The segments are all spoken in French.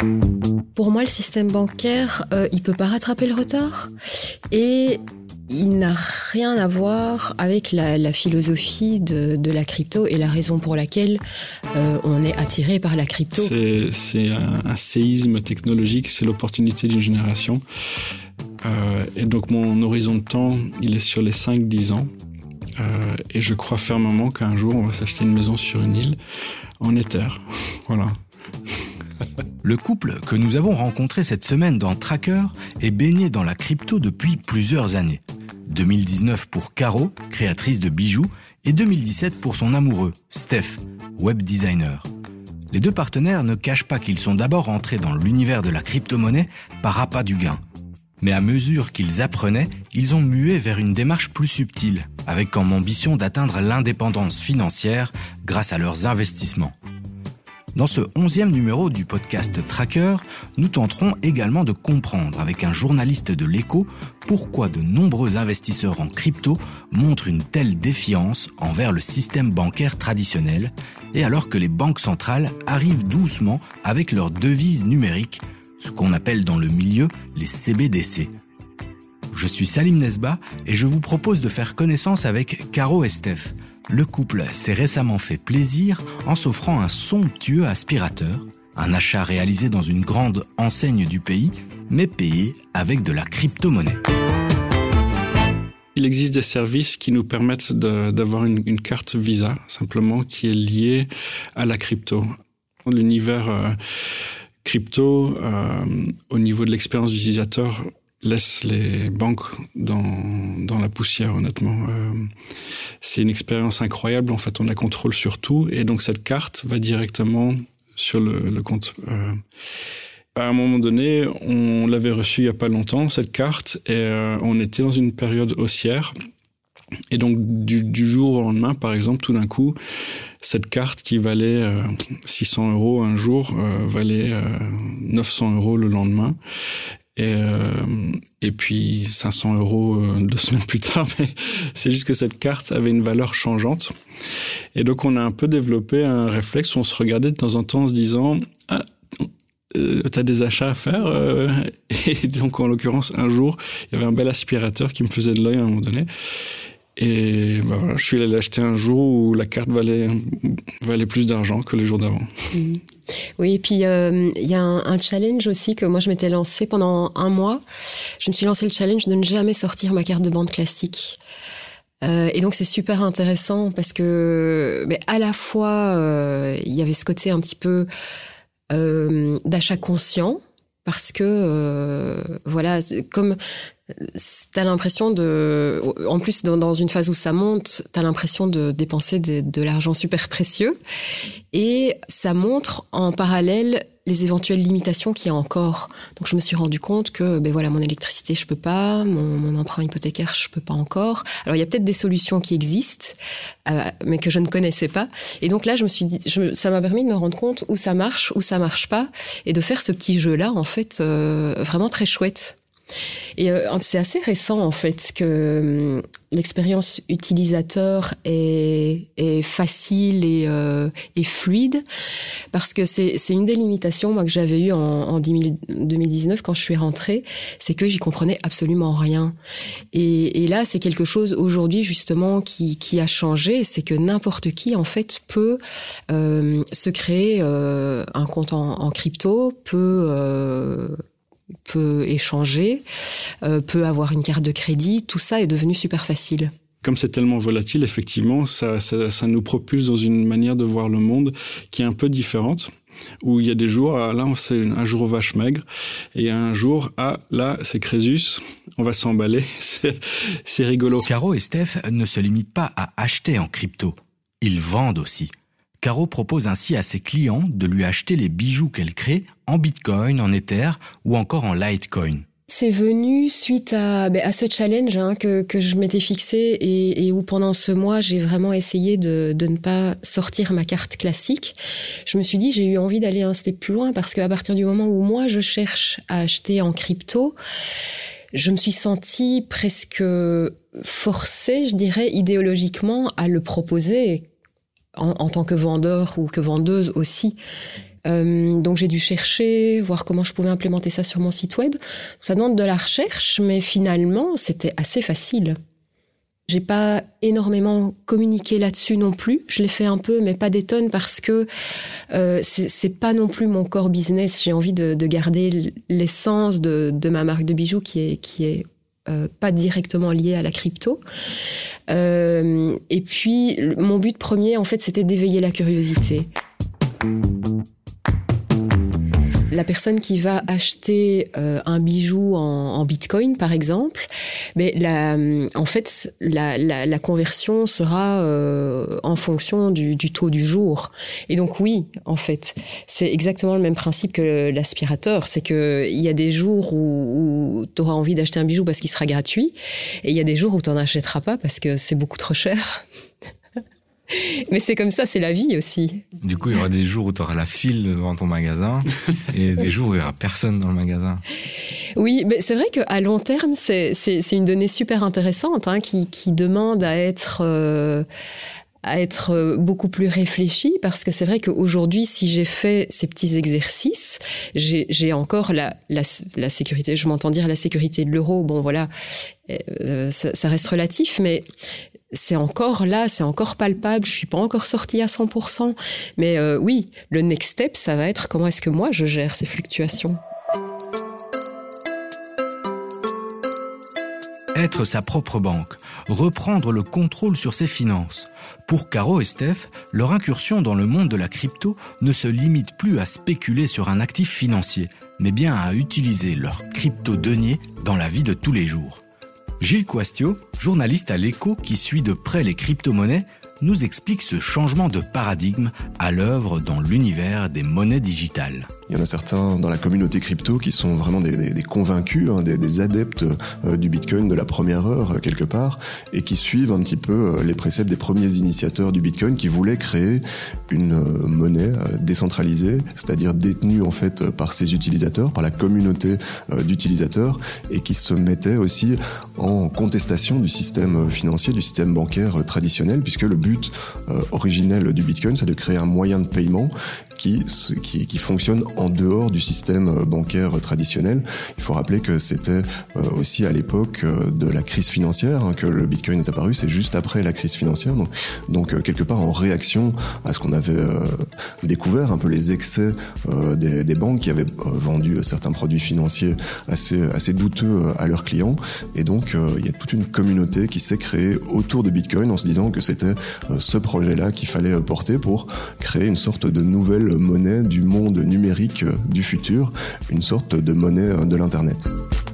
Pour moi, le système bancaire, il peut pas rattraper le retard et il n'a rien à voir avec la philosophie de la crypto et la raison pour laquelle on est attiré par la crypto. C'est un séisme technologique, c'est l'opportunité d'une génération. Et donc mon horizon de temps, il est sur les 5-10 ans. Et je crois fermement qu'un jour, on va s'acheter une maison sur une île en Ether. Voilà. Le couple que nous avons rencontré cette semaine dans Tracker est baigné dans la crypto depuis plusieurs années. 2019 pour Caro, créatrice de bijoux, et 2017 pour son amoureux, Steph, web designer. Les deux partenaires ne cachent pas qu'ils sont d'abord entrés dans l'univers de la crypto-monnaie par appât du gain. Mais à mesure qu'ils apprenaient, ils ont mué vers une démarche plus subtile, avec comme ambition d'atteindre l'indépendance financière grâce à leurs investissements. Dans ce 11e numéro du podcast Tracker, nous tenterons également de comprendre avec un journaliste de l'Écho pourquoi de nombreux investisseurs en crypto montrent une telle défiance envers le système bancaire traditionnel, et alors que les banques centrales arrivent doucement avec leurs devises numériques, ce qu'on appelle dans le milieu les CBDC. Je suis Salim Nesba et je vous propose de faire connaissance avec Caro et Steph. Le couple s'est récemment fait plaisir en s'offrant un somptueux aspirateur, un achat réalisé dans une grande enseigne du pays, mais payé avec de la crypto-monnaie. Il existe des services qui nous permettent d'avoir une carte Visa, simplement, qui est liée à la crypto. L'univers crypto, au niveau de l'expérience d'utilisateur, laisse les banques dans la poussière, honnêtement. C'est une expérience incroyable. En fait, on a contrôle sur tout. Et donc, cette carte va directement sur le compte. À un moment donné, on l'avait reçue il n'y a pas longtemps, cette carte, et on était dans une période haussière. Et donc, du jour au lendemain, par exemple, tout d'un coup, cette carte qui valait 600 € un jour valait 900 € le lendemain. Et puis 500 € 2 semaines plus tard, mais c'est juste que cette carte avait une valeur changeante. Et donc on a un peu développé un réflexe où on se regardait de temps en temps en se disant t'as des achats à faire et donc en l'occurrence un jour il y avait un bel aspirateur qui me faisait de l'œil à un moment donné. Et ben voilà, je suis allé l'acheter un jour où la carte valait plus d'argent que les jours d'avant. Mmh. Oui, et puis il y a un challenge aussi que moi je m'étais lancé pendant un mois. Je me suis lancé le challenge de ne jamais sortir ma carte de banque classique. Et donc c'est super intéressant parce que à la fois il y avait ce côté un petit peu d'achat conscient, parce que voilà, comme t'as l'impression en plus dans une phase où ça monte, t'as l'impression de dépenser de l'argent super précieux, et ça montre en parallèle les éventuelles limitations qu'il y a encore. Donc je me suis rendu compte que voilà, mon électricité je peux pas, mon emprunt hypothécaire je peux pas encore. Alors il y a peut-être des solutions qui existent mais que je ne connaissais pas, et donc là je me suis dit, ça m'a permis de me rendre compte où ça marche pas, et de faire ce petit jeu là en fait vraiment très chouette. Et c'est assez récent en fait que l'expérience utilisateur est facile et fluide, parce que c'est une des limitations moi que j'avais eues en 2019 quand je suis rentrée, c'est que j'y comprenais absolument rien. Et là c'est quelque chose aujourd'hui justement qui a changé, c'est que n'importe qui en fait peut se créer un compte en crypto, peut échanger, peut avoir une carte de crédit, tout ça est devenu super facile. Comme c'est tellement volatile, effectivement, ça nous propulse dans une manière de voir le monde qui est un peu différente, où il y a des jours, là c'est un jour aux vaches maigres, et il y a un jour, là c'est Crésus, on va s'emballer, c'est rigolo. Caro et Steph ne se limitent pas à acheter en crypto, ils vendent aussi. Caro propose ainsi à ses clients de lui acheter les bijoux qu'elle crée en Bitcoin, en Ether ou encore en Litecoin. C'est venu suite à ce challenge que je m'étais fixé, et où pendant ce mois j'ai vraiment essayé de ne pas sortir ma carte classique. Je me suis dit, j'ai eu envie d'aller un step plus loin, parce qu'à partir du moment où moi je cherche à acheter en crypto, je me suis sentie presque forcée, je dirais, idéologiquement à le proposer en tant que vendeur ou que vendeuse aussi. Donc j'ai dû chercher, voir comment je pouvais implémenter ça sur mon site web. Ça demande de la recherche, mais finalement, c'était assez facile. J'ai pas énormément communiqué là-dessus non plus. Je l'ai fait un peu, mais pas des tonnes parce que c'est pas non plus mon core business. J'ai envie de garder l'essence de ma marque de bijoux qui est pas directement liée à la crypto. Et puis, mon but premier, en fait, c'était d'éveiller la curiosité. La personne qui va acheter un bijou en Bitcoin, par exemple, mais en fait, la conversion sera en fonction du taux du jour. Et donc oui, en fait, c'est exactement le même principe que l'aspirateur. C'est qu'il y a des jours où tu auras envie d'acheter un bijou parce qu'il sera gratuit, et il y a des jours où tu n'en achèteras pas parce que c'est beaucoup trop cher. Mais c'est comme ça, c'est la vie aussi. Du coup, il y aura des jours où tu auras la file devant ton magasin et des jours où il n'y aura personne dans le magasin. Oui, mais c'est vrai qu'à long terme, c'est une donnée super intéressante qui demande à être beaucoup plus réfléchie, parce que c'est vrai qu'aujourd'hui, si j'ai fait ces petits exercices, j'ai encore la sécurité. Je m'entends dire la sécurité de l'euro. Bon, voilà, ça reste relatif, mais c'est encore là, c'est encore palpable. Je suis pas encore sortie à 100%. Mais oui, le next step, ça va être comment est-ce que moi je gère ces fluctuations. Être sa propre banque, reprendre le contrôle sur ses finances. Pour Caro et Steph, leur incursion dans le monde de la crypto ne se limite plus à spéculer sur un actif financier, mais bien à utiliser leur crypto-denier dans la vie de tous les jours. Gilles Coastio, journaliste à l'Écho qui suit de près les crypto-monnaies, nous explique ce changement de paradigme à l'œuvre dans l'univers des monnaies digitales. Il y en a certains dans la communauté crypto qui sont vraiment des convaincus, des adeptes du Bitcoin de la première heure quelque part, et qui suivent un petit peu les préceptes des premiers initiateurs du Bitcoin qui voulaient créer une monnaie décentralisée, c'est-à-dire détenue en fait par ses utilisateurs, par la communauté d'utilisateurs, et qui se mettaient aussi en contestation du système financier, du système bancaire traditionnel, puisque le but originel du Bitcoin, c'est de créer un moyen de paiement qui fonctionne en dehors du système bancaire traditionnel. Il faut rappeler que c'était aussi à l'époque de la crise financière que le Bitcoin est apparu. C'est juste après la crise financière. Donc quelque part en réaction à ce qu'on avait découvert, un peu les excès des banques qui avaient vendu certains produits financiers assez douteux à leurs clients. Et donc il y a toute une communauté qui s'est créée autour de Bitcoin en se disant que c'était ce projet-là qu'il fallait porter pour créer une sorte de nouvelle monnaie du monde numérique du futur, une sorte de monnaie de l'Internet.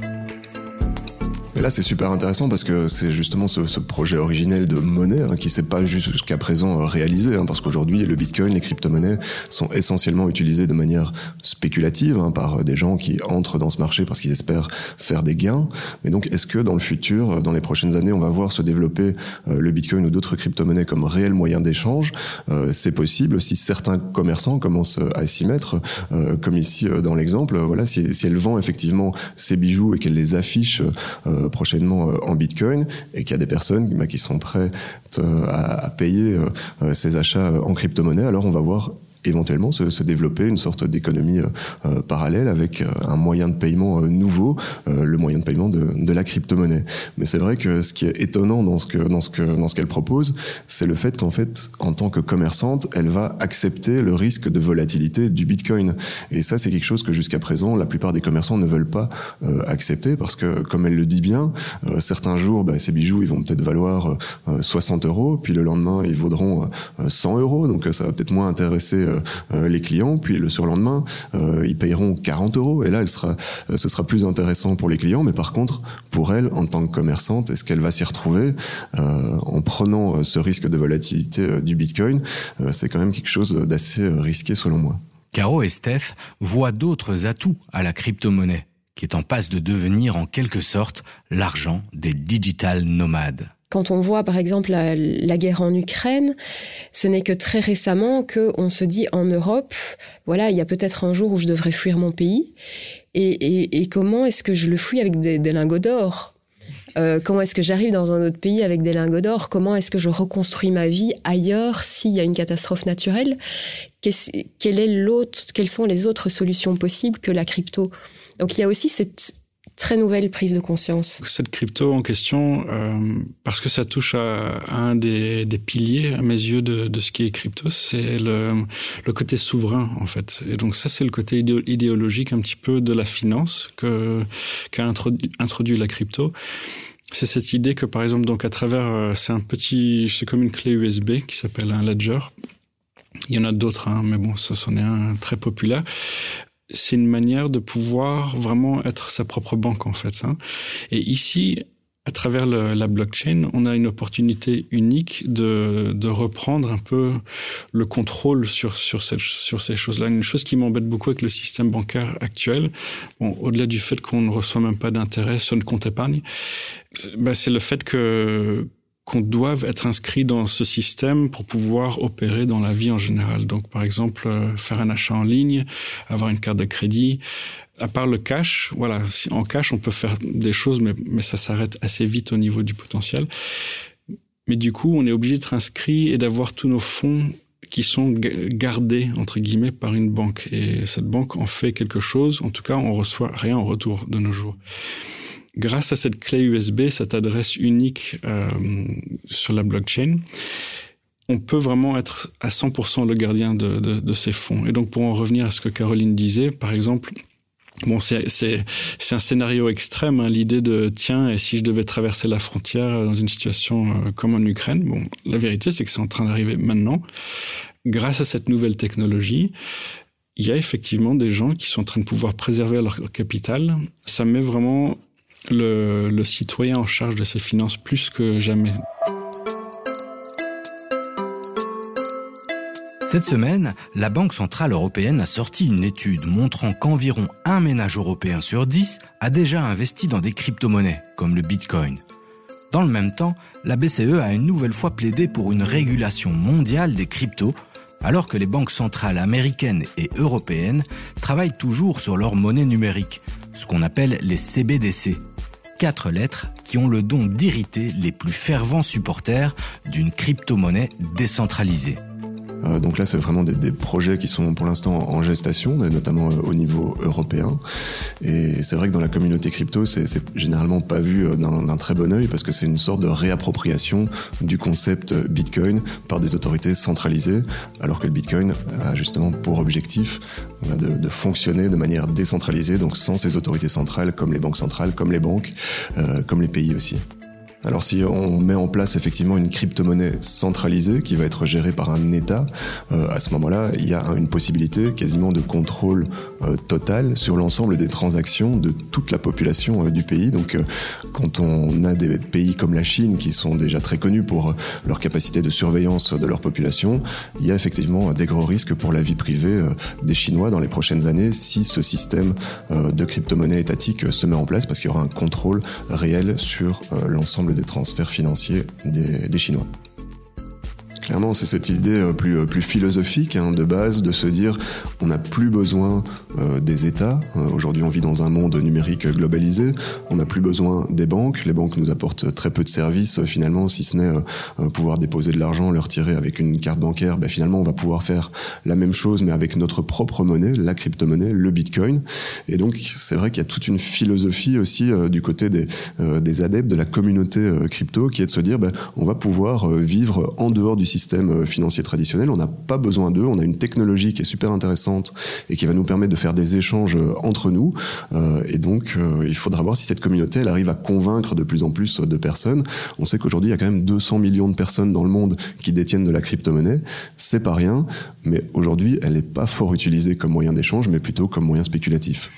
Et là, c'est super intéressant parce que c'est justement ce projet originel de monnaie qui s'est pas jusqu'à présent réalisé, parce qu'aujourd'hui, le Bitcoin, les crypto-monnaies sont essentiellement utilisées de manière spéculative par des gens qui entrent dans ce marché parce qu'ils espèrent faire des gains. Mais donc, est-ce que dans le futur, dans les prochaines années, on va voir se développer le Bitcoin ou d'autres crypto-monnaies comme réel moyen d'échange? C'est possible si certains commerçants commencent à s'y mettre, comme ici dans l'exemple. Voilà, si elle vend effectivement ses bijoux et qu'elle les affiche prochainement en Bitcoin, et qu'il y a des personnes qui sont prêtes à payer ces achats en crypto-monnaie, alors on va voir éventuellement se développer une sorte d'économie parallèle avec un moyen de paiement nouveau, le moyen de paiement de la crypto-monnaie. Mais c'est vrai que ce qui est étonnant dans ce qu'elle propose, c'est le fait qu'en fait, en tant que commerçante, elle va accepter le risque de volatilité du Bitcoin. Et ça, c'est quelque chose que jusqu'à présent, la plupart des commerçants ne veulent pas accepter, parce que, comme elle le dit bien, certains jours, ces bijoux, ils vont peut-être valoir 60 €, puis le lendemain, ils vaudront 100 €, donc ça va peut-être moins intéresser les clients, puis le surlendemain ils payeront 40 €, et là ce sera plus intéressant pour les clients. Mais par contre, pour elle, en tant que commerçante, est-ce qu'elle va s'y retrouver en prenant ce risque de volatilité du Bitcoin? C'est quand même quelque chose d'assez risqué selon moi. Caro et Steph voient d'autres atouts à la crypto-monnaie, qui est en passe de devenir en quelque sorte l'argent des digital nomades. Quand on voit, par exemple, la guerre en Ukraine, ce n'est que très récemment qu'on se dit en Europe, voilà, il y a peut-être un jour où je devrais fuir mon pays. Et comment est-ce que je le fuis avec des lingots d'or ? Comment est-ce que j'arrive dans un autre pays avec des lingots d'or? Comment est-ce que je reconstruis ma vie ailleurs s'il y a une catastrophe naturelle? Quelles sont les autres solutions possibles que la crypto? Donc il y a aussi cette très nouvelle prise de conscience. Cette crypto en question, parce que ça touche à un des piliers, à mes yeux, de ce qui est crypto, c'est le côté souverain, en fait. Et donc ça, c'est le côté idéologique un petit peu de la finance qu'a introduit la crypto. C'est cette idée que, par exemple, donc à travers, c'est comme une clé USB qui s'appelle un ledger. Il y en a d'autres, mais bon, ça c'en est un très populaire. C'est une manière de pouvoir vraiment être sa propre banque, en fait. Et ici, à travers la blockchain, on a une opportunité unique de reprendre un peu le contrôle sur ces choses-là. Une chose qui m'embête beaucoup avec le système bancaire actuel, bon, au-delà du fait qu'on ne reçoit même pas d'intérêt sur le compte épargne, c'est le fait qu'on doive être inscrit dans ce système pour pouvoir opérer dans la vie en général. Donc, par exemple, faire un achat en ligne, avoir une carte de crédit. À part le cash, voilà, en cash, on peut faire des choses, mais ça s'arrête assez vite au niveau du potentiel. Mais du coup, on est obligé d'être inscrit et d'avoir tous nos fonds qui sont gardés, entre guillemets, par une banque. Et cette banque en fait quelque chose. En tout cas, on reçoit rien en retour de nos jours. Grâce à cette clé USB, cette adresse unique sur la blockchain, on peut vraiment être à 100% le gardien de ces fonds. Et donc, pour en revenir à ce que Caroline disait, par exemple, bon, c'est un scénario extrême, l'idée de tiens, et si je devais traverser la frontière dans une situation comme en Ukraine. Bon, la vérité, c'est que c'est en train d'arriver maintenant. Grâce à cette nouvelle technologie, il y a effectivement des gens qui sont en train de pouvoir préserver leur capital. Ça met vraiment le citoyen en charge de ses finances plus que jamais. Cette semaine, la Banque Centrale Européenne a sorti une étude montrant qu'environ un ménage européen sur 10 a déjà investi dans des crypto-monnaies, comme le Bitcoin. Dans le même temps, la BCE a une nouvelle fois plaidé pour une régulation mondiale des cryptos, alors que les banques centrales américaines et européennes travaillent toujours sur leur monnaie numérique, ce qu'on appelle les CBDC. 4 lettres qui ont le don d'irriter les plus fervents supporters d'une crypto-monnaie décentralisée. Donc là, c'est vraiment des projets qui sont pour l'instant en gestation, notamment au niveau européen. Et c'est vrai que dans la communauté crypto, c'est généralement pas vu d'un très bon œil parce que c'est une sorte de réappropriation du concept Bitcoin par des autorités centralisées, alors que le Bitcoin a justement pour objectif de fonctionner de manière décentralisée, donc sans ces autorités centrales comme les banques centrales, comme les banques, comme les pays aussi. Alors si on met en place effectivement une crypto-monnaie centralisée qui va être gérée par un État, à ce moment-là, il y a une possibilité quasiment de contrôle total sur l'ensemble des transactions de toute la population du pays. Donc quand on a des pays comme la Chine qui sont déjà très connus pour leur capacité de surveillance de leur population, il y a effectivement des gros risques pour la vie privée des Chinois dans les prochaines années si ce système de crypto-monnaie étatique se met en place parce qu'il y aura un contrôle réel sur l'ensemble des transferts financiers des Chinois. Clairement, c'est cette idée plus philosophique de base de se dire on n'a plus besoin des États. Aujourd'hui, on vit dans un monde numérique globalisé. On n'a plus besoin des banques. Les banques nous apportent très peu de services finalement, si ce n'est pouvoir déposer de l'argent, le retirer avec une carte bancaire. Finalement, on va pouvoir faire la même chose, mais avec notre propre monnaie, la crypto-monnaie, le Bitcoin. Et donc, c'est vrai qu'il y a toute une philosophie aussi du côté des adeptes de la communauté crypto, qui est de se dire on va pouvoir vivre en dehors du système financier traditionnel, on n'a pas besoin d'eux, on a une technologie qui est super intéressante et qui va nous permettre de faire des échanges entre nous, et donc il faudra voir si cette communauté elle arrive à convaincre de plus en plus de personnes. On sait qu'aujourd'hui il y a quand même 200 millions de personnes dans le monde qui détiennent de la crypto-monnaie, c'est pas rien, mais aujourd'hui elle n'est pas fort utilisée comme moyen d'échange, mais plutôt comme moyen spéculatif.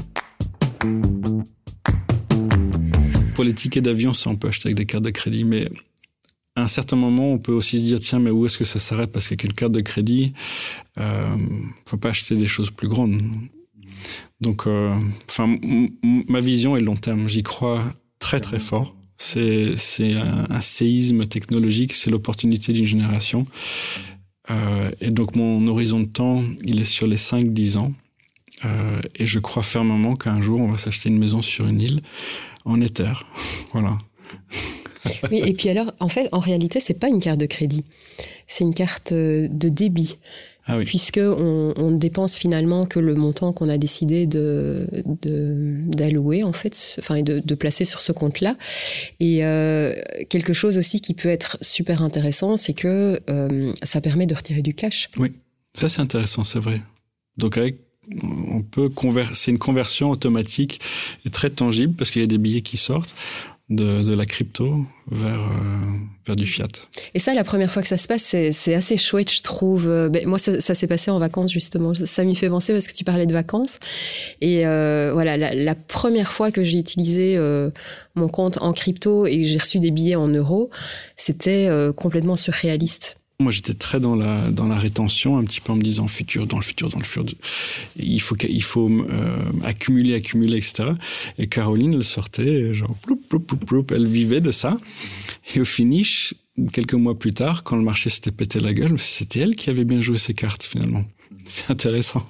Pour les tickets d'avion, ça on peut acheter avec des cartes de crédit, mais à un certain moment, on peut aussi se dire, tiens, mais où est-ce que ça s'arrête? Parce qu'avec une carte de crédit, on peut pas acheter des choses plus grandes. Donc, ma vision est long terme. J'y crois très, très fort. C'est un séisme technologique. C'est l'opportunité d'une génération. Et donc, mon horizon de temps, il est sur les 5-10 ans. Et je crois fermement qu'un jour, on va s'acheter une maison sur une île en Ether. Voilà. Oui, et puis alors, en fait, en réalité, c'est pas une carte de crédit. C'est une carte de débit. Ah oui. Puisqu'on ne dépense finalement que le montant qu'on a décidé d'allouer, en fait, enfin, de placer sur ce compte-là. Et quelque chose aussi qui peut être super intéressant, c'est que ça permet de retirer du cash. Oui, ça c'est intéressant, c'est vrai. Donc on peut c'est une conversion automatique et très tangible parce qu'il y a des billets qui sortent de la crypto vers du fiat. Et ça, la première fois que ça se passe, c'est assez chouette, je trouve. Moi, ça s'est passé en vacances, justement. Ça m'y fait penser parce que tu parlais de vacances. Et voilà, la première fois que j'ai utilisé mon compte en crypto et que j'ai reçu des billets en euros, c'était complètement surréaliste. Moi, j'étais très dans la rétention, un petit peu en me disant dans le futur. Il faut accumuler, etc. Et Caroline, elle sortait, genre, ploup, elle vivait de ça. Et au finish, quelques mois plus tard, quand le marché s'était pété la gueule, c'était elle qui avait bien joué ses cartes, finalement. C'est intéressant.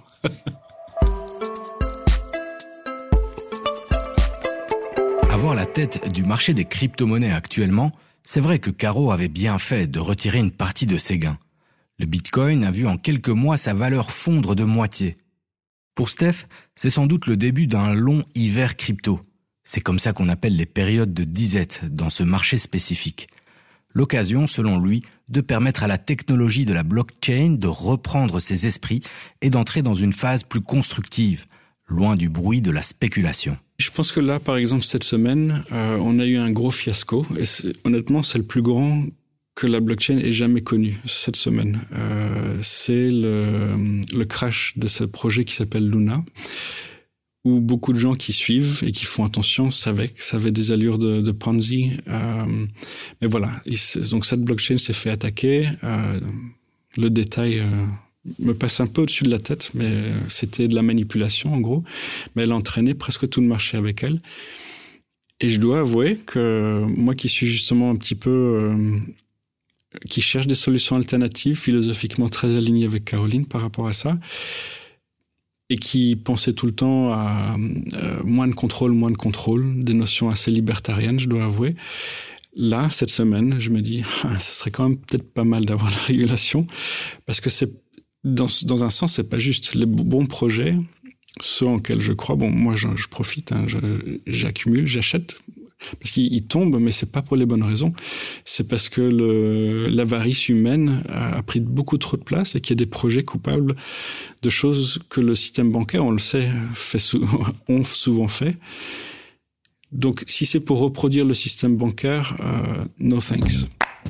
Avoir la tête du marché des crypto-monnaies actuellement, c'est vrai que Caro avait bien fait de retirer une partie de ses gains. Le Bitcoin a vu en quelques mois sa valeur fondre de moitié. Pour Steph, c'est sans doute le début d'un long hiver crypto. C'est comme ça qu'on appelle les périodes de disette dans ce marché spécifique. L'occasion, selon lui, de permettre à la technologie de la blockchain de reprendre ses esprits et d'entrer dans une phase plus constructive, loin du bruit de la spéculation. Je pense que là, par exemple, cette semaine, on a eu un gros fiasco. Et honnêtement, c'est le plus grand que la blockchain ait jamais connu cette semaine. C'est le crash de ce projet qui s'appelle Luna, où beaucoup de gens qui suivent et qui font attention savaient que ça avait des allures de Ponzi. Mais voilà, donc cette blockchain s'est fait attaquer. Le détail me passe un peu au-dessus de la tête, mais c'était de la manipulation en gros. Mais elle a entraîné presque tout le marché avec elle. Et je dois avouer que moi qui suis justement un petit peu... qui cherche des solutions alternatives, philosophiquement très alignées avec Caroline par rapport à ça, et qui pensait tout le temps à moins de contrôle, des notions assez libertariennes, je dois avouer. Là, cette semaine, je me dis, ce serait quand même peut-être pas mal d'avoir la régulation, parce que c'est dans un sens, c'est pas juste. Les bons projets, ceux en lesquels je crois, bon, moi, je profite, j'accumule, j'achète, parce qu'ils tombent, mais c'est pas pour les bonnes raisons. C'est parce que l'avarice humaine a pris beaucoup trop de place et qu'il y a des projets coupables de choses que le système bancaire, on le sait, ont souvent fait. Donc, si c'est pour reproduire le système bancaire, no thanks.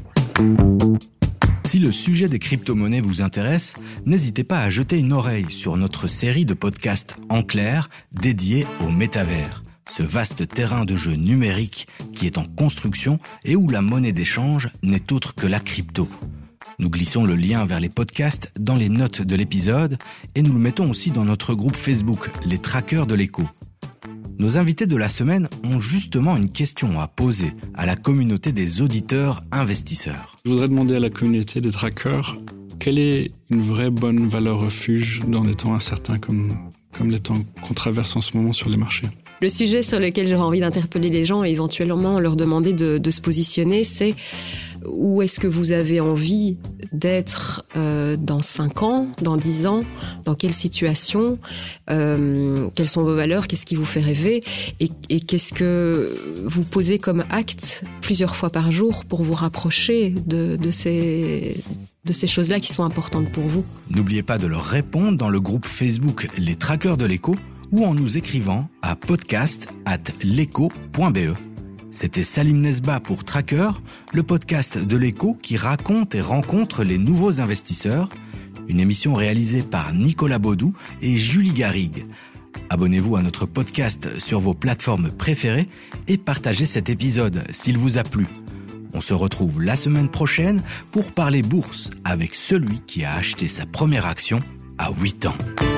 Si le sujet des crypto-monnaies vous intéresse, n'hésitez pas à jeter une oreille sur notre série de podcasts en clair dédiés au métavers, ce vaste terrain de jeu numérique qui est en construction et où la monnaie d'échange n'est autre que la crypto. Nous glissons le lien vers les podcasts dans les notes de l'épisode et nous le mettons aussi dans notre groupe Facebook, les Traqueurs de l'écho. Nos invités de la semaine ont justement une question à poser à la communauté des auditeurs investisseurs. Je voudrais demander à la communauté des trackers, quelle est une vraie bonne valeur refuge dans les temps incertains comme les temps qu'on traverse en ce moment sur les marchés? Le sujet sur lequel j'aurais envie d'interpeller les gens et éventuellement leur demander de se positionner, c'est où est-ce que vous avez envie d'être dans 5 ans, dans 10 ans, dans quelle situation, quelles sont vos valeurs, qu'est-ce qui vous fait rêver et qu'est-ce que vous posez comme acte plusieurs fois par jour pour vous rapprocher de ces choses-là qui sont importantes pour vous. N'oubliez pas de leur répondre dans le groupe Facebook Les Traqueurs de l'écho ou en nous écrivant à podcast@lecho.be. C'était Salim Nesba pour Tracker, le podcast de l'écho qui raconte et rencontre les nouveaux investisseurs, une émission réalisée par Nicolas Baudou et Julie Garrigue. Abonnez-vous à notre podcast sur vos plateformes préférées et partagez cet épisode s'il vous a plu. On se retrouve la semaine prochaine pour parler bourse avec celui qui a acheté sa première action à 8 ans.